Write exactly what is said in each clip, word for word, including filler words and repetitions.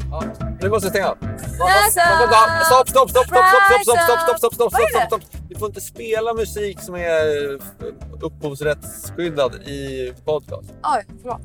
Ja, nu måste vi stänga. Stopp, Stopp, stopp, stopp, stopp, stopp, stopp, stopp, stopp, stopp, stopp, stopp, stopp, stopp. Vi får inte spela musik som är upphovsrättsskyddad i podcast. Oj, förlåt.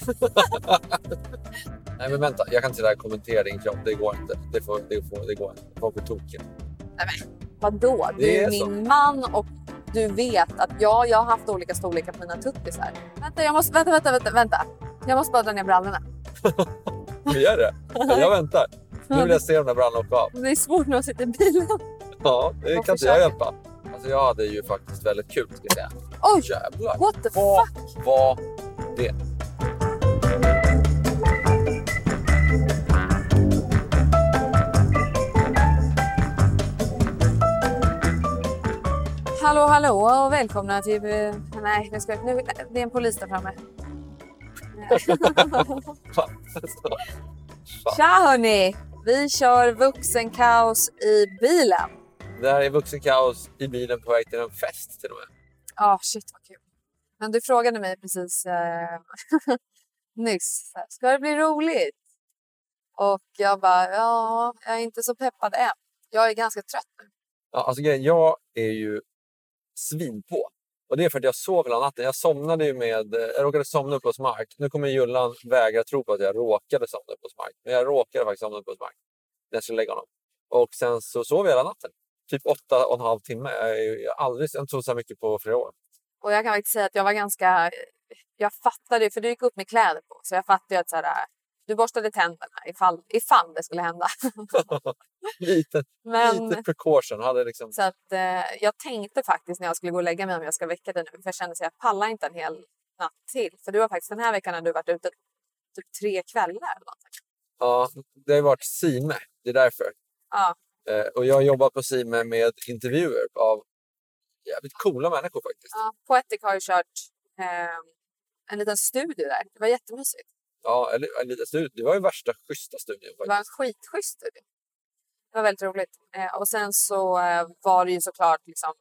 Nej, men vänta. Jag kan inte där kommentera din kropp. Det går inte. Det, får, det, får, det går inte. Folk är tokiga. Nej, men vadå? Du Det är, är min man och du vet att ja, jag har haft olika storlekar på mina tuttisar. Vänta, jag måste, vänta, vänta, vänta, vänta. Jag måste bara dra ner brallorna. Vi gör det. Jag väntar. Nu vill jag se de där brallorna åka av. Det är svårt när jag sitter i bilen. Ja, det Och kan inte försöker. jag hjälpa. Alltså jag hade ju faktiskt väldigt kul, ska jag säga. Oj, Jävlar. what the Vad fuck? var det? Hallå, hallå och välkomna till... Nej, nu ska... nu, det är en polis där framme. Tja hörni! Vi kör vuxenkaos i bilen. Det här är vuxenkaos i bilen på väg till en fest till och med. Ja, oh, shit vad kul. Men du frågade mig precis eh, nyss. Ska det bli roligt? Och jag bara, ja, jag är inte så peppad än. Jag är ganska trött nu. Ja, alltså grejen, jag är ju svin på. Och det är för att jag sov hela natten. Jag somnade ju med, jag råkade somna upp hos Mark. Nu kommer Jullan vägra tro på att jag råkade somna upp hos Mark. Men jag råkade faktiskt somna upp hos Mark. När jag skulle lägga honom. Och sen så sov jag hela natten. Typ åtta och en halv timme. Jag har aldrig jag tror så mycket på flera år. Och jag kan faktiskt säga att jag var ganska, jag fattade ju, för du gick upp med kläder på. Så jag fattade ju att så här, du borstade tänderna ifall, ifall det skulle hända. lite, Men, lite precaution. Hade liksom... Så att eh, jag tänkte faktiskt när jag skulle gå och lägga mig om jag ska väcka dig nu. För jag kände att jag pallar inte en hel natt till. För du har faktiskt den här veckan när du varit ute typ tre kvällar eller något. Ja, det har varit Sime. Det är därför. Ja. Eh, och jag har jobbat på Sime med intervjuer av jävligt coola människor faktiskt. Ja, Poetic har ju kört eh, en liten studio där. Det var jättemysigt. Ja, eller en liten studie. Det var ju värsta schyssta studien faktiskt. Det var en skitschysst studio. Det var väldigt roligt. Eh, och sen så eh, var det ju såklart liksom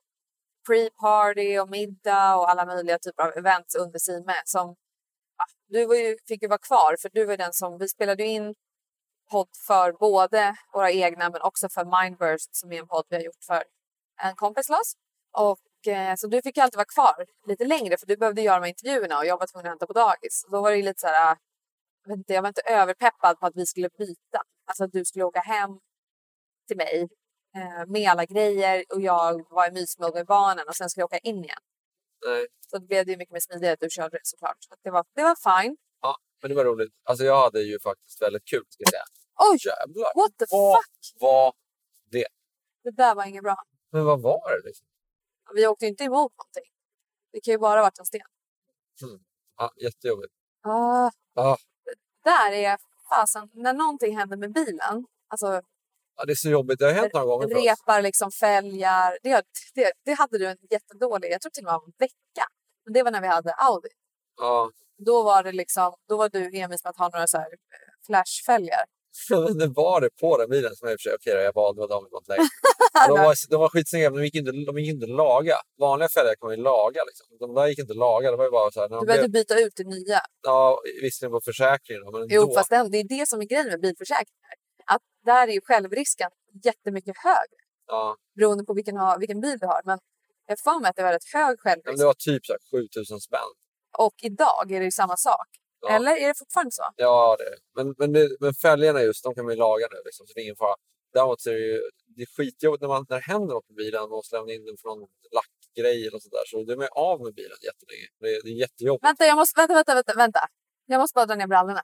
pre-party och middag och alla möjliga typer av events under Sime. Som, ja, du var ju, fick ju vara kvar för du var den som, vi spelade ju in podd för både våra egna men också för Mindburst som är en podd vi har gjort för en kompis till oss. Och eh, så du fick ju alltid vara kvar lite längre för du behövde göra de här intervjuerna och jag var tvungen att hämta på dagis. Då var det ju lite så här, jag vet inte, jag var inte överpeppad på att vi skulle byta. Alltså att du skulle åka hem till mig eh, med alla grejer och jag var i mysmode med barnen och sen skulle jag åka in igen. Nej. Så det blev det ju mycket mer smidigare att du körde det såklart. Så det var, det var fine. Ja, men det var roligt. Alltså jag hade ju faktiskt väldigt kul, ska jag säga. Oj! Jävlar. What the vad fuck? var det? Det där var inget bra. Men vad var det liksom? Vi åkte ju inte emot någonting. Det kan ju bara ha varit en sten. Mm. Ja, jättejobbigt. Ah, Ah. där är fasen. När någonting händer med bilen. Alltså Ja, det är så jobbigt. Det har hänt några gånger för oss. repar liksom fälgar. Det, det, det hade du en jättedålig. Jag tror till och med en vecka. Men det var när vi hade Audi. Ja. Då var det liksom. Då var du envis med att ha några så här flashfälgar. Men det var det på den bilen som jag i och för sig, okej då, jag valde vad de var längre. de var, de var skitsnygga, men de gick inte, de gick inte laga. Vanliga fälgar kan man ju laga liksom. De där gick inte laga, det var ju bara så här. Du behövde byta ut till nya. Ja, visserligen på försäkringen. Men Jo, då... fast det, det är det som är grejen med bilförsäkringar. Att där är ju självrisken jättemycket högre. Ja. Beroende på vilken, vilken bil du har. Men jag får mig att det var rätt hög självrisk. Men det var typ så här sjutusen spänn. Och idag är det ju samma sak. Ja. Eller är det fortfarande så? Ja, det är. Men, men, det, men fälgarna just, de kan man ju laga nu. Liksom, så det är ingen fara. Däremot så är det ju det är skitjobbigt när, man, när det händer något med bilen. Man måste lämna in den från lackgrej eller sådär. Så du är med av med bilen jättelänge. Det är, det är jättejobbigt. Vänta, jag måste, vänta, vänta, vänta, vänta. Jag måste bara dra ner brallorna.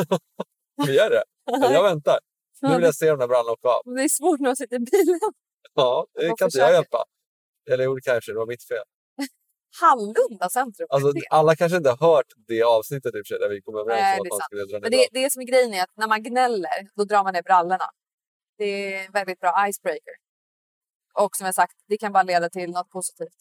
Vi gör det. Jag väntar. Nu vill jag se de där brallorna åka av. Det är svårt när jag sitter i bilen. Ja, det kan inte jag hjälpa. Eller jo, kanske. Det var mitt fel. Hallunda centrum. Alltså, alla kanske inte har hört det avsnittet i och för sig, där vi kom överens Nej, om det att man sant. skulle dra ner. Men det, det som är grejen är att när man gnäller, då drar man ner brallorna. Det är en väldigt bra icebreaker. Och som jag sagt, det kan bara leda till något positivt.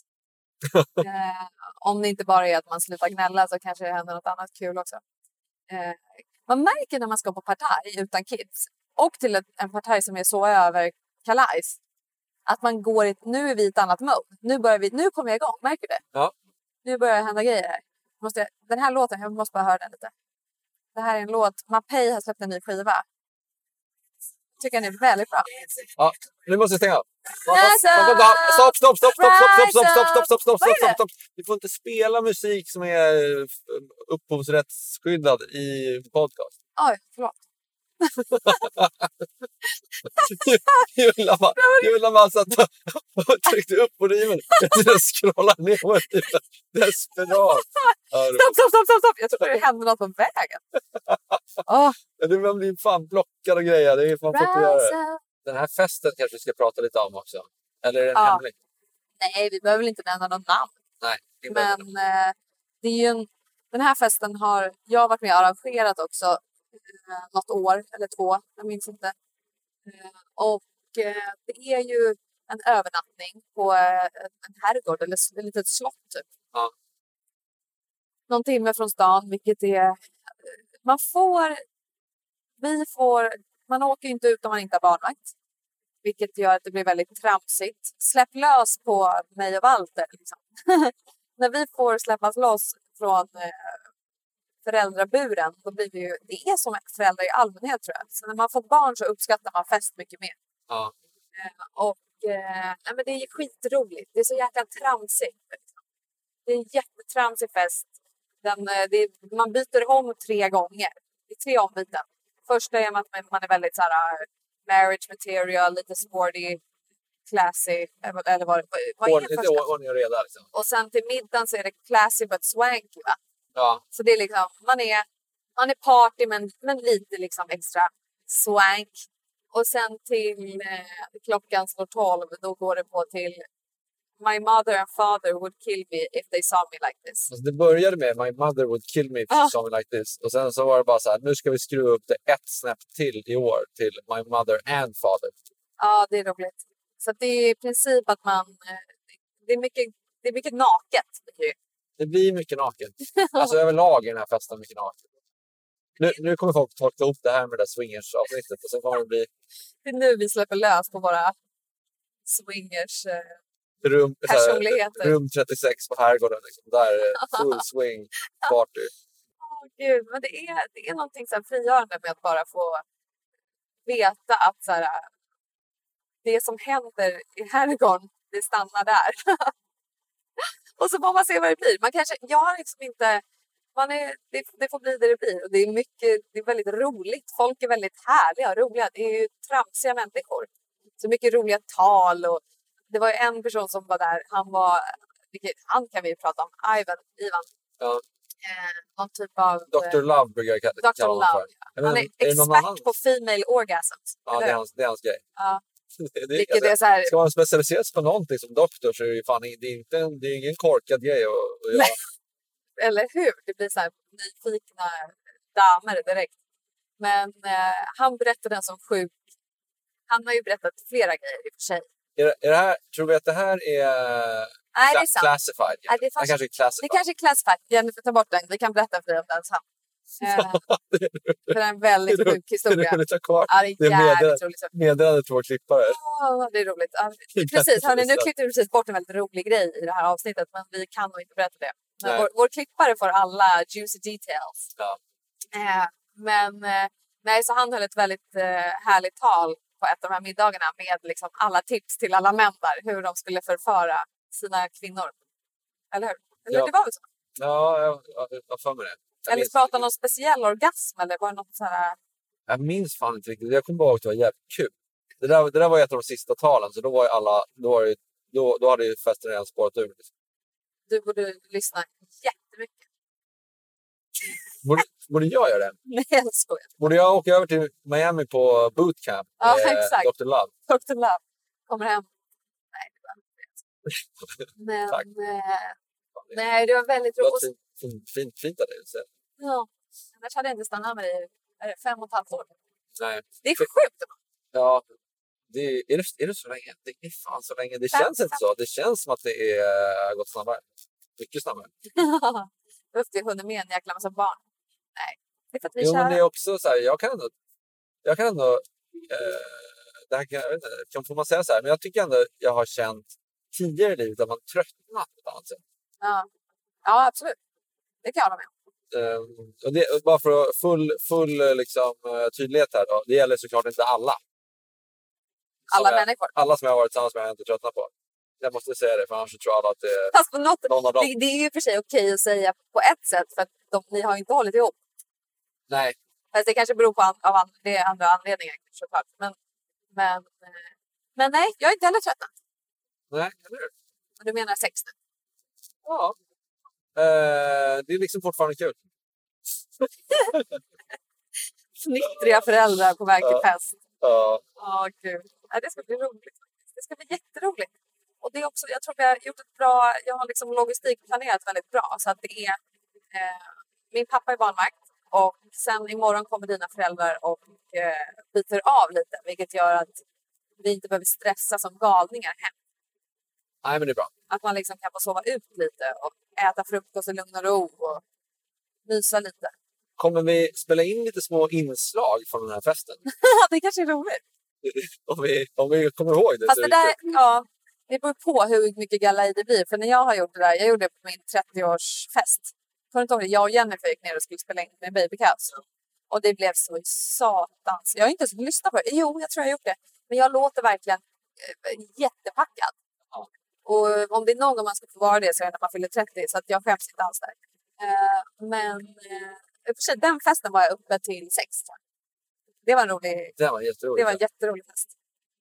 eh, om det inte bara är att man slutar gnälla så kanske det händer något annat kul också. Eh, man märker när man ska på partaj utan kids och till ett, en partaj som är så över kalajs att man går i, nu är vi i ett annat mode. Nu, börjar vi, nu kommer jag igång, märker du det? Ja. Nu börjar det hända grejer här. Måste jag, den här låten, jag måste bara höra den lite. Det här är en låt, Mapei har släppt en ny skiva. tycker jag är väldigt bra. Ja, nu måste jag stänga av. Nasa! Stopp, stopp, stopp, stopp, stopp, stopp, stopp, stopp, stopp, stopp, stopp, Vad är stopp, det? stopp. Vi får inte spela musik som är upphovsrättsskyddad i podcast. Oj, förlåt. Julla bara, Julla bara satt och tryckte upp volymen. Jag scrollar ner och typ desperat. Stopp, stopp, stopp, stopp, stopp. Jag tror det hände något på vägen. Oh. Du man blir fan blockad och grejer. Det är fan för att göra. Den här festen kanske vi ska prata lite om också. Eller är den ja. hemlig? Nej, vi behöver väl inte nämna någon namn. Nej. Men eh, det är ju en, den här festen har jag varit med och arrangerat också eh, något år eller två, jag minns inte. Eh, och eh, det är ju en övernattning på eh, en herrgård eller ett litet slott typ. Ja. Någon timme från stan, vilket är... Man får... Vi får... Man åker inte ut om man inte har barnvakt. Vilket gör att det blir väldigt tramsigt. Släpp lös på mig och Walter. Liksom. När vi får släppas loss från eh, föräldraburen, då blir det ju... Det är som föräldrar i allmänhet, tror jag. Så när man får barn så uppskattar man fest mycket mer. Ja. Eh, och eh, nej, men det är skitroligt. Det är så jäkla tramsigt. Liksom. Det är en jättetramsig fest. Den, det, man byter om tre gånger. Det är tre ombyten. Första är att man är väldigt så här, marriage material, lite sporty, classy. Eller vad, vad är det första? Lite ordning och reda liksom. Och sen till middagen så är det classy but swanky, va? Ja. Så det är liksom, man är, man är party men, men lite liksom extra swank. Och sen till eh, klockan slår tolv, då går det på till My mother and father would kill me if they saw me like this. Alltså det började med My mother would kill me if she saw me like this. Och sen så var det bara så här, nu ska vi skruva upp det ett snäpp till i år till My mother and father. Ja, det är roligt. Så det är i princip att man... Det är mycket, det är mycket naket. Det blir mycket naket. Alltså överlag i den här festen mycket naket. Nu, nu kommer folk tolka upp det här med det där swingers-avsnittet. Och sen kommer det bli... Det är nu vi släpper lös på våra swingers... Rum, personligheter. Här, rum trettiosex på herrgården. Liksom. Där är full swing party. Åh oh, gud, men det är, det är någonting så här frigörande med att bara få veta att så här, det som händer i herrgården, det stannar där. Och så får man se vad det blir. Man kanske, jag har liksom inte, man är, det, det får bli det det blir. Och det är mycket, det är väldigt roligt. Folk är väldigt härliga och roliga. Det är ju tramsiga människor. Så mycket roliga tal och det var ju en person som var där, han var, vilket, han kan vi prata om, Ivan, Ivan. Ja. Eh, någon typ av... doktor Love brukar jag kalla doktor Love, honom för. Han är, är expert på female orgasms. Ja, det är, hans, det är hans grej. Ja. det, det, vilket alltså, är så här... Ska man specialisera sig på någonting som doktor så är det ju fan, det är, inte en, det är ingen korkad grej att, att göra. Eller hur? Det blir så här nyfikna damer direkt. Men eh, han berättade en som sjuk. Han har ju berättat flera grejer i och för sig. Är, är det här, tror vi att det här är, Nej, cla- det är sant. classified? Nej, det, är kanske är classified. Det kanske är classified. Jenny får ta bort den. Vi kan berätta för dig om den sen. Eh, för det är en väldigt sjuk historia. Det är roligt att ha kvar. Ja, det är Det är jävligt roligt. meddelande till vår klippare. Oh, det är roligt. Ja, precis, hörni, nu klippte vi precis bort en väldigt rolig grej i det här avsnittet. Men vi kan nog inte berätta det. Men vår, vår klippare får alla juicy details. Ja. Eh, men eh, nej, så han höll ett väldigt eh, härligt tal på ett av de här middagarna med liksom alla tips till alla män där, hur de skulle förföra sina kvinnor. Eller hur? Eller Ja. Det var väl så? Ja, jag har för mig det. Jag eller minns- prata om någon speciell orgasm eller var det något så här... Jag minns fan inte riktigt. Jag kommer bara ihåg att det var jävligt kul. Det där, det där var ett av de sista talen, så då var ju alla, då, var det, då, då hade ju festen redan spårat ur. Du borde lyssna jättemycket. Borde, borde jag göra det? Nej, jag skojar. Borde jag åka över till Miami på bootcamp? Ja, med exakt. doktor Love. doktor Love kommer hem. Nej, det var inte det. Men... Tack. Eh, nej, det var väldigt Det var roligt. fint, fint, fint, fint av dig att säga. Ja, annars hade jag inte stannat med dig i är det fem och ett halvt år. Nej. Det är sjukt. Ja, det är, är, det, är det så länge? Det är fan så länge. Det Fem, känns inte så. Det känns som att det är gått snabbare. Mycket snabbare. Du har hunnit med en jäkla massa barn. Nej, det är för att vi Jo, men kör. det är också så här, jag kan ändå, jag kan ändå, eh, det här kan, jag vet inte, kan får man säga så här, men jag tycker ändå jag har känt tidigare i livet att man tröttnat på ett annat sätt. Ja. Ja, absolut. Det kan jag hålla med om. Eh, och det, bara för att full, full liksom, tydlighet här då, det gäller såklart inte alla. alla jag, människor. Alla som jag har varit tillsammans med har jag inte tröttnat på. Jag måste säga det, för annars tror alla att det är Fast på något, någon av dem. Det, det är ju för sig okej att säga på ett sätt, för att de, ni har inte hållit ihop. Nej. Fast det kanske beror på an, av an, det är andra anledningar. Såklart. Men, men, men nej, jag är inte heller tröttnat. Nej, eller hur? Och du menar sex nu? Ja. Eh, det är liksom fortfarande kul. Fnittriga föräldrar på väg till fest. Ja. Ja, gud. Ja, det ska bli roligt. Det ska bli jätteroligt. Och det är också, jag tror vi har gjort ett bra, jag har liksom logistikplanerat väldigt bra. Så att det är, eh, min pappa är barnvakt. Och sen imorgon kommer dina föräldrar och eh, byter av lite. Vilket gör att vi inte behöver stressa som galningar hem. Nej, men det är bra. Att man liksom kan få sova ut lite och äta frukost i lugn och ro och mysa lite. Kommer vi spela in lite små inslag från den här festen? Det kanske är roligt. om, vi, om vi kommer ihåg det. Fast det där, ja, det beror på hur mycket galej det blir. För när jag har gjort det där, jag gjorde det på min trettioårsfest. Kommer inte ihåg det? Jag och Jennifer gick ner och skulle spela in med Baby Cows. Och det blev så satans. Jag har inte ens lyssnat på det. Jo, jag tror jag har gjort det. Men jag låter verkligen äh, jättepackad. Ja. Och om det är någon gång man ska få vara det så är det när man fyller trettio. Så att jag skäms inte alls där. Uh, men uh, för sig, den festen var jag uppe till sex. Det var en rolig. Det var jätteroligt. Det var en jätterolig fest.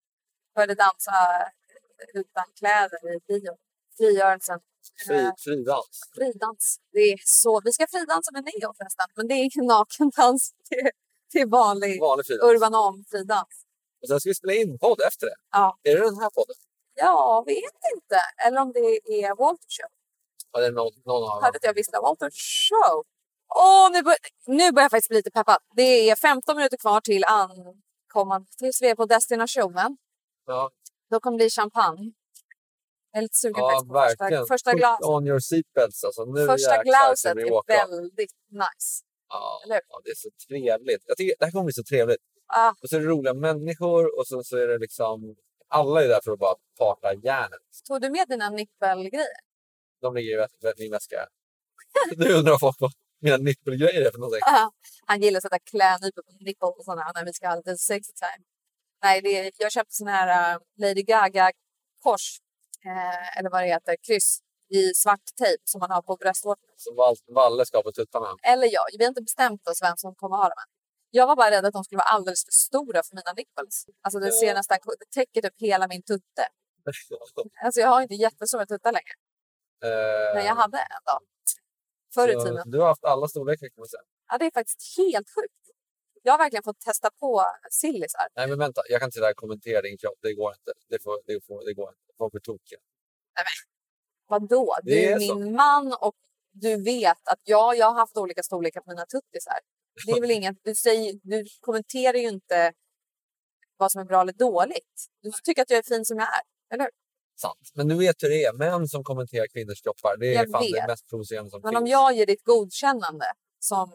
Jag började dansa utan kläder i bio. Frigörelsen. Fri, fridans. Fridans. Det är så. Vi ska fridansa med Neo förresten. Men det är ingen nakendans. Det är, det är vanlig, vanlig fridans. Urban om fridans. Och sen ska vi spela in podd efter det. Ja. Är det den här podden? Ja, vet inte. Eller om det är Walter Show. Ja, det är någon, någon av dem. Hörde att jag visste Walter Show. Åh, nu, bör, nu börjar jag faktiskt bli lite peppad. Det är femton minuter kvar till ankommande. Tills vi är på destinationen. Ja. Då kommer det bli champagne. Jag är lite sugen ja, på första, första glaset. On your seatbelts. Alltså, nu första glaset är åka. väldigt nice. Ja, eller? Ja, det är så trevligt. Jag tycker det här kommer bli så trevligt. Ah. Och så är det roliga människor och så, så är det liksom... Alla är där för att bara parta järnet. Tog du med dina nippelgrejer? De ligger i min väska. Nu undrar folk vad mina nippelgrejer är för någonting. Ah. Han gillar att sätta klädnypor på nippel och sådana när vi ska ha lite sexy time. Nej, det är, jag köpte sån här uh, Lady Gaga-kors. Eh, eller vad det heter, kryss i svart tejp som man har på bröstvårtan. Som Valle ska på tuttarna. Eller jag. Vi har inte bestämt oss vem som kommer ha dem än. Jag var bara rädd att de skulle vara alldeles för stora för mina nipples. Alltså det ser nästan, det täcker typ hela min tutte. Alltså jag har inte jättestora tuttar längre. Uh, Men jag hade en dag. Förr i tiden. Du har haft alla storlekar kan man säga. Ja, det är faktiskt helt sjukt. Jag har verkligen fått testa på sillisar. Nej men vänta, jag kan inte där kommentera din kropp. Det går inte. Det, får, det, får, det går inte. Folk blir tokiga. Nej men, vadå? Du är, är min man och du vet att ja, jag har haft olika storlekar på mina tuttisar. Det är väl inget, du, säger, du kommenterar ju inte vad som är bra eller dåligt. Du tycker att jag är fin som jag är, eller hur? Sant. Men du vet hur det är. Män som kommenterar kvinnors kroppar, det är jag fan vet. det mest provocerande som Men finns. om jag ger ditt godkännande som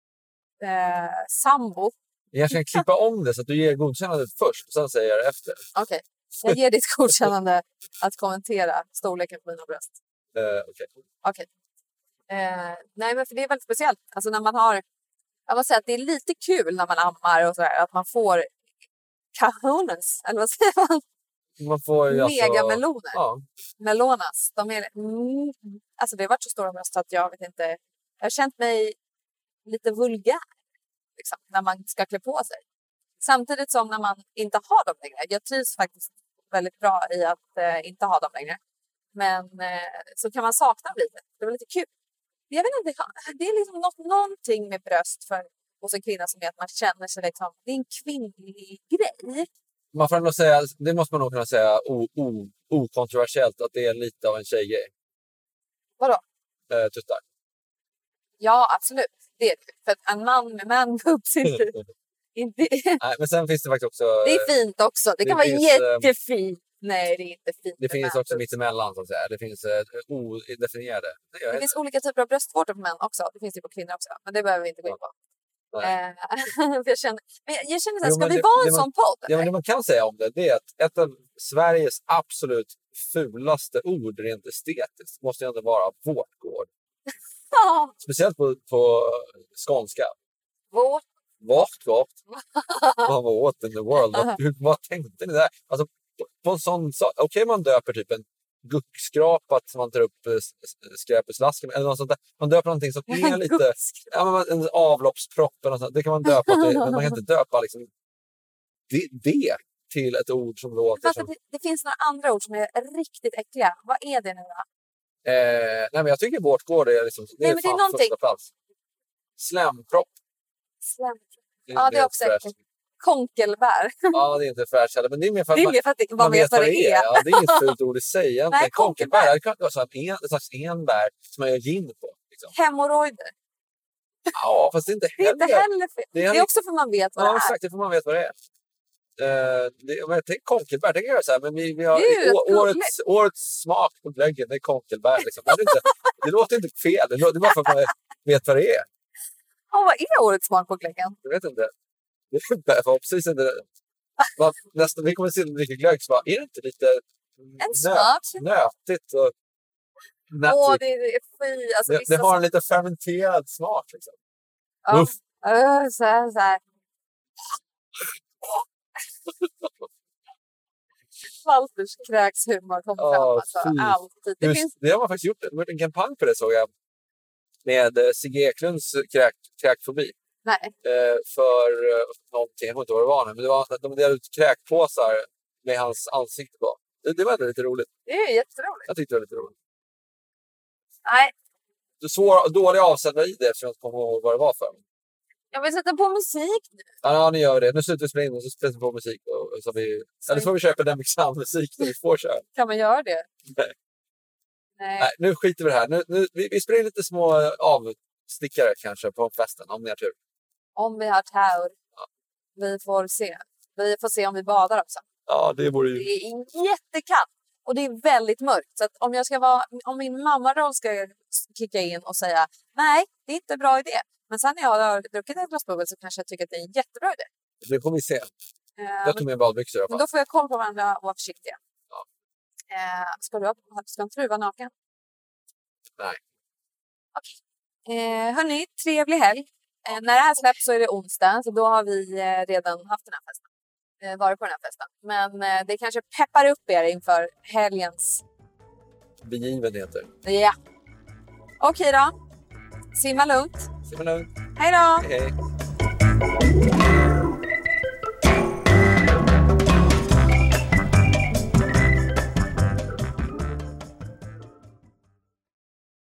eh, sambo. Jag ska klippa om det så att du ger godkännandet först och sen säger jag det efter. Okej, okay. Jag ger ditt godkännande att kommentera storleken på mina bröst. Uh, Okej. Okay. Okej. Okay. Eh, nej, men för det är väldigt speciellt. Alltså när man har... Jag måste säga att det är lite kul när man ammar och sådär. Att man får cajones, eller vad säger man? Man får ju megameloner. Alltså, ja. Melonas. De är, mm, alltså det har varit så stora bröst att jag vet inte. Jag har känt mig lite vulgär. Liksom, när man ska klä på sig. Samtidigt som när man inte har dem längre. Jag trivs faktiskt väldigt bra i att eh, inte ha dem längre. Men eh, så kan man sakna dem lite. Det var lite kul. Jag vet inte, det är liksom något, någonting med bröst för hos en kvinna som är att man känner sig liksom, det är en kvinnlig grej. Man får ändå säga, det måste man nog kunna säga o, o, okontroversiellt att det är lite av en tjejgrej. Vadå? Eh, tuttar. Ja, absolut. Det är det. För att en man med man boobs inte... inte... Nej, men sen finns det faktiskt också... Det är fint också. Det, det kan finns, vara jättefint. Nej, det är inte fint. Det finns också mittemellan så att säga. Det finns eh, odefinierade. Det, det finns olika typer av bröstvårtor på män också. Det finns ju på kvinnor också. Men det behöver vi inte gå in på. Eh, jag känner, men jag känner så här, ska jo, vi det, vara en det sån man, podd? Ja, men det man kan säga om det, det är att ett av Sveriges absolut fulaste ord rent estetiskt måste ju ändå vara vårtgård. Speciellt på, på skånska. Vårt Vart gott. Vad var what in the world? Vad, vad tänkte ni där? Alltså, på, på en sån sak. Okej, okay, man döper typ en guckskrapat som man tar upp skräp i slasken. Eller något sånt där. Man döper någonting som är lite... Ja, men en avloppspropp eller något sånt. Det kan man döpa till. Men man kan inte döpa liksom det, det till ett ord som låter som... Det, det finns några andra ord som är riktigt äckliga. Vad är det nu då? Eh, nej, men jag tycker vårt går det är liksom... Det nej, är men fan det är någonting... första plats. Slämpropp. Slämpropp. Ja, det är också äckligt. Konkelbär. Ja, det är inte fräscht heller. Men det är mer för att, det är man, mer för att det, man vet vad det är. är. Ja, det är inget fult ord att säga. Nej, konkelbär. Det kan vara en, en slags enbär som man gör gin på. Liksom. Hemorrojder. Ja, fast det är inte heller... Det är inte heller fel. Det är, det är också för man vet vad ja, det är. Ja, exakt. Det får man vet vad det är. Uh, det, men tänk konkelbär, det kan jag säga. Men vi, vi har å, årets, årets smak på glöggen, det är konkelbär. Liksom. Det, är inte, det låter inte fel. Det, låter, det är bara för att man vet vad det är. Ja, vad är årets smak på glöggen? Jag vet inte. Det är förhoppningsvis inte... Man, nästan, vi kommer att se mycket glögg så bara, är det inte lite nöt, nötigt och nötigt? Åh, det är fy. Alltså, det, det har en lite fermenterad smak. Liksom. Ja, uh, så här. Så här. Walters kräkshumor kommer oh, fram. Alltså, alltid. Det, Just, finns... det har man faktiskt gjort. Det har varit en kampanj på det, såg jag. Med Sigge Eklunds kräk, kräkfobi. Nej. Eh, för eh, någonting, jag vet inte vad det var nu, men det var, de delade ut kräkpåsar med hans ansikte på. Det, det var lite roligt. Det är jätteroligt. Jag tyckte det var lite roligt. Nej. Du svår, dålig avsändare i det eftersom jag inte kommer ihåg vad det var för. Jag vill sätta på musik nu. Ja, nu gör vi det. Nu slutar vi spela in och så spelar vi på musik. Och, och så vi, eller så får vi köpa den mixad musik när vi får köra. Kan man göra det? Nej. Nej. Nej, nu skiter vi det här. Nu, nu, vi, vi spelar in lite små avstickare kanske på festen, om ni har tur. Om vi har tur. Ja. Vi får se. Vi får se om vi badar också. Ja, det vore ju... Det är jättekallt. Och det är väldigt mörkt. Så att om, jag ska vara, om min mammaroll ska kicka in och säga nej, det är inte en bra idé. Men sen när jag har druckit en glas bubbel så kanske jag tycker att det är en jättebra idé. Det får vi se. Uh, jag tog med badbyxor i alla fall. Men då får jag koll på varandra och vara försiktiga. Ja. Uh, ska du ska en fru vara naken? Nej. Okej. Okay. Uh, hörni, trevlig helg. Uh, när det här släpps så är det onsdag. Så då har vi uh, redan haft den här festen. Uh, varit på den här festen. Men uh, det kanske peppar upp er inför helgens begivenheter. Ja. Okej okay då. Simma lugnt. Simma lugnt. Hej då. Hej, hej.